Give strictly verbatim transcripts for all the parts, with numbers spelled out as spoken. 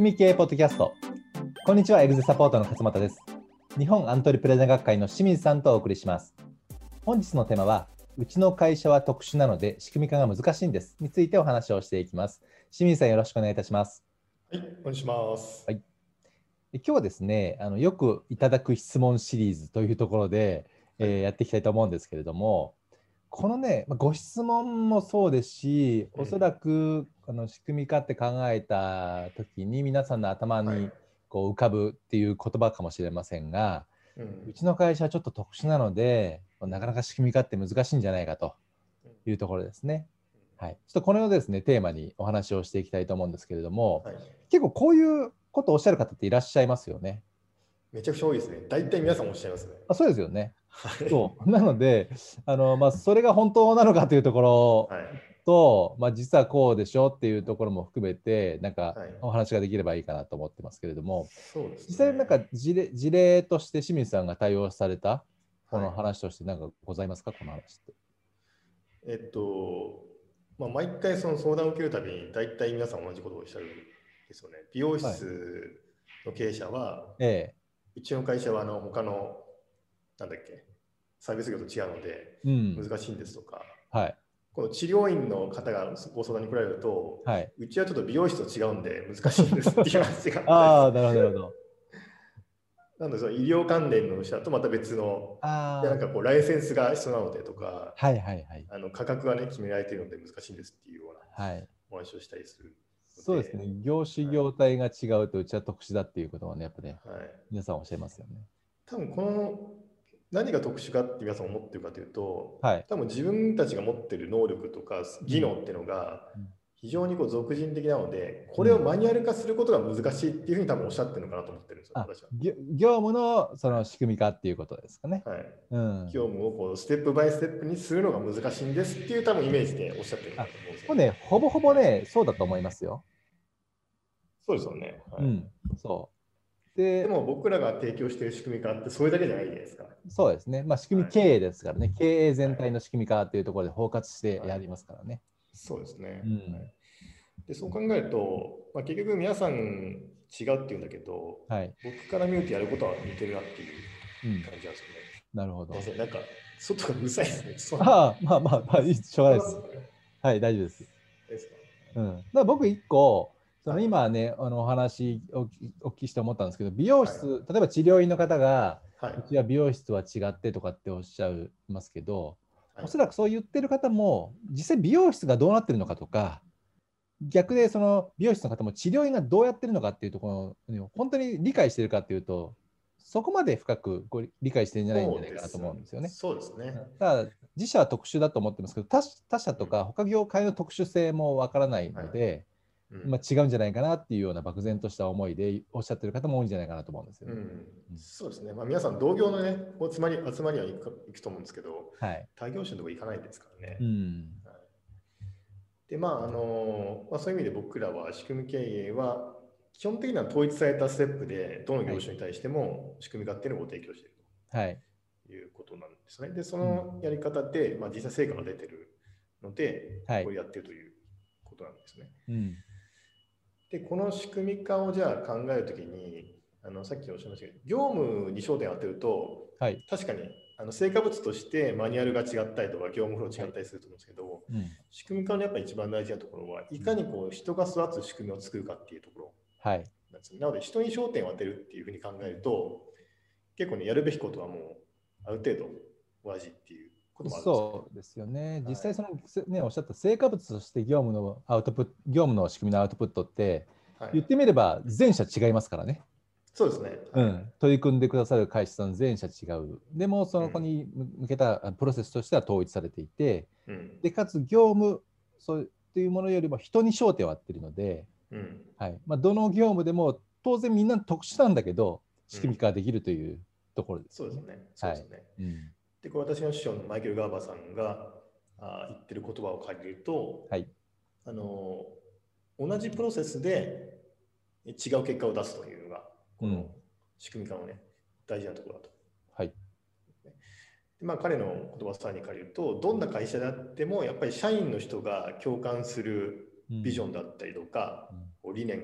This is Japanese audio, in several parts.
組み系ポッドキャスト。こんにちは、エグゼサポートの勝俣です。日本アントレプレナー学会の清水さんとお送りします。本日のテーマは、うちの会社は特殊なので仕組み化が難しいんですについてお話をしていきます。清水さん、よろしくお願いいたします。 はい、お願いします。 はい、今日はですね、あのよくいただく質問シリーズというところで、えーはい、やっていきたいと思うんですけれども、このね、ご質問もそうですし、おそらくあの仕組み化って考えたときに皆さんの頭にこう浮かぶっていう言葉かもしれませんが、うん、うちの会社はちょっと特殊なので、なかなか仕組み化って難しいんじゃないかというところですね。はい、ちょっとこのようですね、テーマにお話をしていきたいと思うんですけれども、はい、結構こういうことをおっしゃる方っていらっしゃいますよね。 めちゃくちゃ多いですね。大体皆さんおっしゃいますね。 あ、そうですよね。そうなのであの、まあ、それが本当なのかというところと、はい、まあ、実はこうでしょっていうところも含めてなんかお話ができればいいかなと思ってますけれども、はい、実際なんか事例、事例として清水さんが対応されたこの話として何かございますか、はい、この話って。 えっと、まあ、毎回その相談を受けるたびに大体皆さん同じことをおっしゃるんですよね。美容室の経営者は、はい、ええ、うちの会社はあの他のなんだっけサービス業と違うので難しいんですとか、うん、はい、この治療院の方がご相談に来られると、はい、うちはちょっと美容室と違うんで難しいんですっていう話がああ、なるほどなるほど。 なのでその医療関連の人とまた別のなんかこうライセンスが必要なのでとか、 はいはいはい、 あの価格がね決められているので難しいんですっていうようなお話をしたりする、 はい、そうですね。業種業態が違うとうちは特殊だっていうことはねやっぱね、はい、皆さんおっしゃいますよね。 多分この何が特殊かって皆さん思ってるかというと、はい、多分自分たちが持ってる能力とか技能っていうのが非常にこう俗人的なので、これをマニュアル化することが難しいっていうふうに多分おっしゃってるのかなと思ってるんですよ、私は。 業務のその仕組み化っていうことですかね。 はい、うん、業務をこうステップバイステップにするのが難しいんですっていう多分イメージでおっしゃってるんだと思うんですよ、 ね。ほぼほぼね、はい、そうだと思いますよ。 そうですよね。はい、うん、 そうで, でも僕らが提供している仕組み化ってそれだけじゃないじゃないですか。 そうですね。まあ、仕組み経営ですからね、はい、経営全体の仕組み化というところで包括してやりますからね。はい、 そうですね。うん、はい、でそう考えると、まあ、結局皆さん違うっていうんだけど、はい、僕から見るとやることは似てるなっていう感じなんですよね。 うん、なるほど。 なんか外がうるさいですね。 ああ、まあまあまあ、いいしょうがないです。はい、大丈夫です。ですか。うん、だから僕一個その今ね、はい、あのお話おお聞きして思ったんですけど、美容室、はい、例えば治療院の方が、はい、うちは美容室は違ってとかっておっしゃいますけど、はい、おそらくそう言ってる方も実際美容室がどうなってるのかとか、逆でその美容室の方も治療院がどうやってるのかっていうところを本当に理解しているかっていうと、そこまで深くご理解してるんじゃないんじゃないかなと思うんですよね。 そうですね。 ただ自社は特殊だと思ってますけど、他, 他社とか他業界の特殊性もわからないので、はい、うん、まあ、違うんじゃないかなっていうような漠然とした思いでおっしゃってる方も多いんじゃないかなと思うんですよね。うんうん、そうですね。まあ、皆さん同業のね、お集まり集まりは行く、行くと思うんですけど、はい、他業種のところ行かないですからね。うん、はい、でまああのまあ、そういう意味で僕らは仕組み経営は基本的には統一されたステップでどの業種に対しても仕組み化っていうのをご提供していると、はい、いうことなんですね。でそのやり方で、まあ、実際成果が出てるので、はい、これやってるということなんですね。うん、でこの仕組み化をじゃあ考えるときにあのさっきおっしゃいましたけど業務に焦点を当てると、はい、確かにあの成果物としてマニュアルが違ったりとか業務フロー違ったりすると思うんですけど、はい、うん、仕組み化のやっぱり一番大事なところはいかにこう人が育つ仕組みを作るかっていうところなんです、はい、なので人に焦点を当てるっていうふうに考えると結構ねやるべきことはもうある程度同じっていうこともあるんですよね。 そうですよね。実際その、ね、おっしゃった成果物として業務のアウトプット、業務の仕組みのアウトプットって、はい、言ってみれば全社違いますからね。 そうですね、 はい、うん、取り組んでくださる会社さん全社違う。でもその子に向けたプロセスとしては統一されていて、うん、でかつ業務そうっていうものよりも人に焦点を当てるので、うん、はい、まあ、どの業務でも当然みんな特殊なんだけど仕組み化できるというところです、 ね、うん、そうですね。そうですね。はい、うん、でこれ私の師匠のマイケル・ガーバーさんがあ言ってる言葉を借りると、はい、あの同じプロセスで違う結果を出すというのがこの仕組み化のね、大事なところだと。はい。でまあ、彼の言葉をさらに借りると、どんな会社であってもやっぱり社員の人が共感するビジョンだったりとか、うん、理念が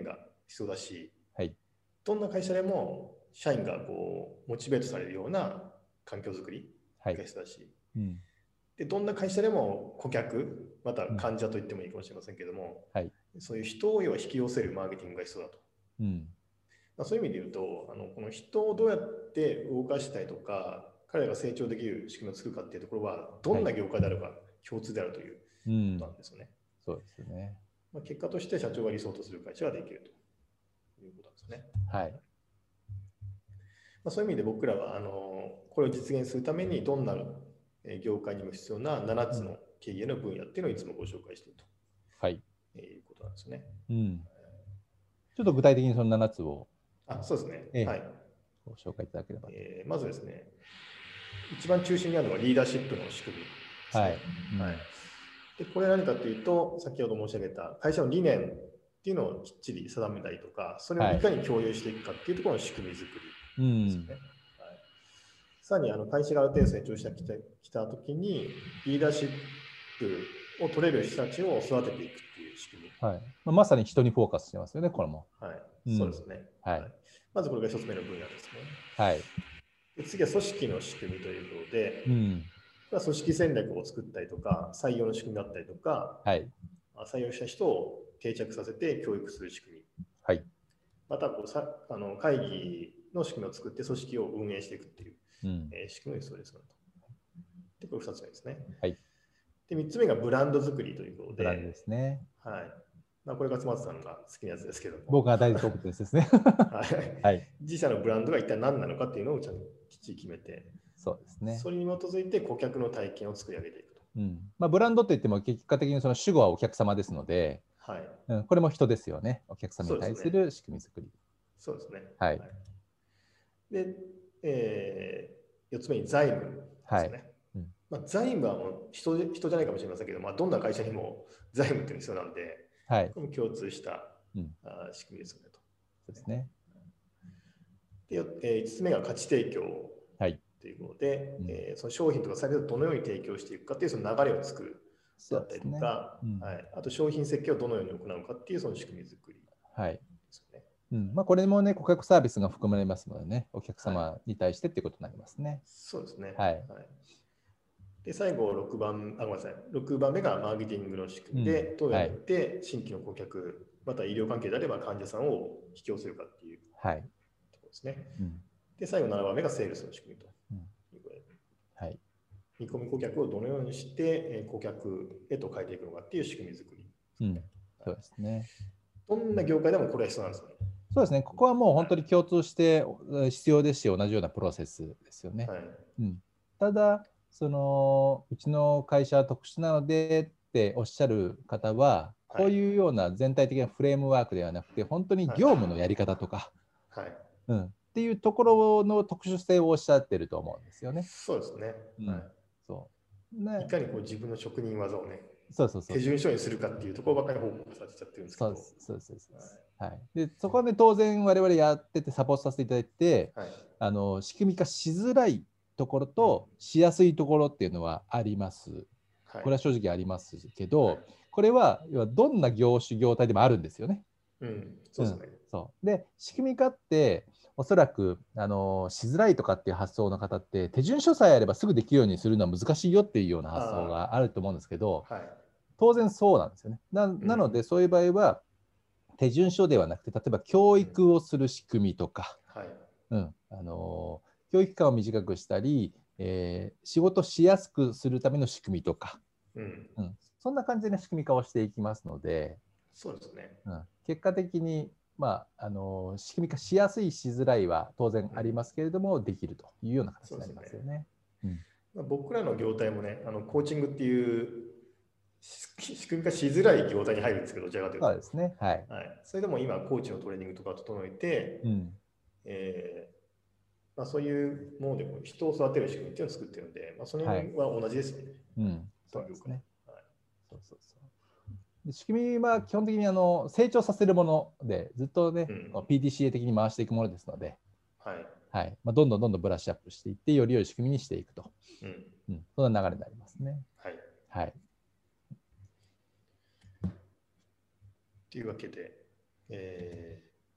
必要だし、 はい、 どんな会社でも社員がこうモチベートされるような環境づくりが必要だし、はい、うん、でどんな会社でも顧客また患者と言ってもいいかもしれませんけども、うん、はい、そういう人を要は引き寄せるマーケティングが必要だと、うん、まあ、そういう意味で言うとあのこの人をどうやって動かしたいとか彼らが成長できる仕組みを作るかっていうところはどんな業界であれば共通であるということなんですよね、 うん、そうですね、 まあ、結果として社長が理想とする会社ができるということなんですね。はい、まあ、そういう意味で僕らはあのこれを実現するためにどんな業界にも必要なななつの経営の分野っていうのをいつもご紹介していると、はい、いうことなんですね。うん、 ちょっと具体的にそのななつをあそうですね、 ええ、 はい、 ご紹介いただければ、 えー、まずですね、一番中心にあるのはリーダーシップの仕組みですね。はい、うん、はい、でこれは何かというと先ほど申し上げた会社の理念っていうのをきっちり定めたりとかそれをいかに共有していくかっていうところの仕組み作りですよね。はい、うん、さらにあの会社がある程度成長してきた、きたときにリーダーシップを取れる人たちを育てていくっていう仕組み、 はい、まあ、まさに人にフォーカスしてますよね、これも。 はい、うん、そうですね、はい、まずこれが一つ目の分野ですね。はい、で次は組織の仕組みということで、うん、組織戦略を作ったりとか採用の仕組みだったりとか、はい、採用した人を定着させて教育する仕組み、はい、またこうさあの会議の仕組みを作って組織を運営していくっていう、うんえー、仕組みが必要ですと。でこれふたつめですね。はい、でみっつめがブランド作りということで、 ブランドですね。 はい、まあ、これが松松さんが好きなやつですけども、 僕が大好物ですね。 はいはい、自社のブランドが一体何なのかっていうのをちゃんときっちり決めて、 そうですね。 それに基づいて顧客の体験を作り上げていくと。 うんまあ、ブランドといっても結果的にその主語はお客様ですので、はいうん、これも人ですよね。お客様に対する仕組み作り。 そうですね。 はい。 はい、で、えー、よっつめに財務ですね。はいうんまあ、財務はもう 人, 人じゃないかもしれませんけど、まあ、どんな会社にも財務っていうのが必要なんで、はい、これも共通した、うん、あ仕組みですよねと。 そうですね。 で、えー、いつつめが価値提供ということで、はいえー、その商品とかサービスをどのように提供していくかっていうその流れを作るだったりとか、ねうんはい、あと商品設計をどのように行うかっていうその仕組み作りですよね。はいうんまあ、これもね、顧客サービスが含まれますのでね、お客様に対してっていうことになりますね。はい、 そうですね。はい。はい、で、最後ろくばん、あ、ごめんなさい。ろくばんめがマーケティングの仕組みで、うん、どうやって新規の顧客、はい、また医療関係であれば患者さんを引き寄せるかっていうところですね。はいうん、で、最後ななばんめがセールスの仕組みということで、うんはい、見込み顧客をどのようにして顧客へと変えていくのかっていう仕組み作りですね。うん、 そうですね。 どんな業界でもこれは必要なんですよね。 そうですね、ここはもう本当に共通して必要ですし、同じようなプロセスですよね。はいうん、ただその、うちの会社は特殊なのでっておっしゃる方は、こういうような全体的なフレームワークではなくて、本当に業務のやり方とか、はいうん、っていうところの特殊性をおっしゃってると思うんですよね。 そうですね。うん、はいそうねいかにこう自分の職人技をね、そうそうそう手順書にするかっていうところばかり報告させちゃってるんですけど。そうそうそうそう、 はいはい、でそこで当然我々やっててサポートさせていただいて、はい、あの仕組み化しづらいところと、うん、しやすいところっていうのはあります。はい、これは正直ありますけど、はい、これは要はどんな業種業態でもあるんですよね。 うん、そうですね。うん、 そうで仕組み化っておそらくあのしづらいとかっていう発想の方って手順書さえあればすぐできるようにするのは難しいよっていうような発想があると思うんですけど、はい、当然そうなんですよね。な, なのでそういう場合は手順書ではなくて例えば教育をする仕組みとか、うんはいうんあの教育期間を短くしたり、えー、仕事しやすくするための仕組みとか、うんうん、そんな感じで仕組み化をしていきますので、 そうですねうん、結果的にまあ、あの仕組み化しやすいしづらいは当然ありますけれども、うん、できるというような形になりますよね。 うんまあ、僕らの業態もねあのコーチングっていう仕組み化しづらい業態に入るんですけどどちらかというとそうですね、はいはい、それでも今コーチのトレーニングとか整えて、うんえーまあ、そういうもので人を育てる仕組みっていうのを作ってるので、まあ、それは同じですよね。はい、うん、 そうですね。はい、そうそうそうで仕組みは基本的にあの成長させるものでずっとね、うん、ピーディーシーエー 的に回していくものですので、はいはいまあ、どんどんどんどんブラッシュアップしていってより良い仕組みにしていくと、うんうん、そんな流れになりますね。はい、はい、 というわけで、え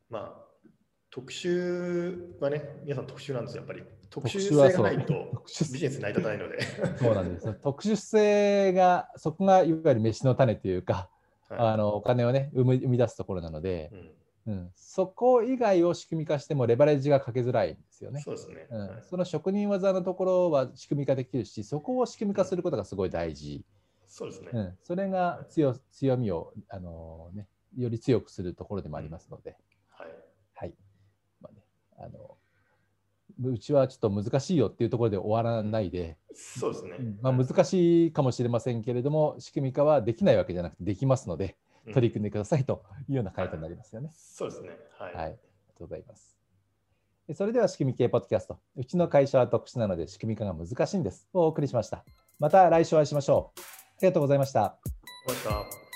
まあ特殊はね、皆さん特殊なんですよ、やっぱり。特殊性がないとビジネス成り立たないので。 そうなんです。特殊性が、そこがいわゆる飯の種というか、はい、あのお金をね生み、生み出すところなので、うんうん、そこ以外を仕組み化してもレバレッジがかけづらいんですよね。 そうですね。 うん、 はい、 その職人技のところは仕組み化できるし、そこを仕組み化することがすごい大事。 そうですね。 うん、それが 強, 強みを、あのね、より強くするところでもありますので。 うん、はい。 はい。まあね、あのうちはちょっと難しいよっていうところで終わらないで、 そうですね。 まあ、難しいかもしれませんけれども、仕組み化はできないわけじゃなくてできますので、取り組んでくださいというような回答になりますよね。 はい、そうですね。はい。 はい。ありがとうございます。それでは仕組み系ポッドキャスト、うちの会社は特殊なので仕組み化が難しいんですをお送りしました。また来週お会いしましょう。ありがとうございました。 ありがとうございました。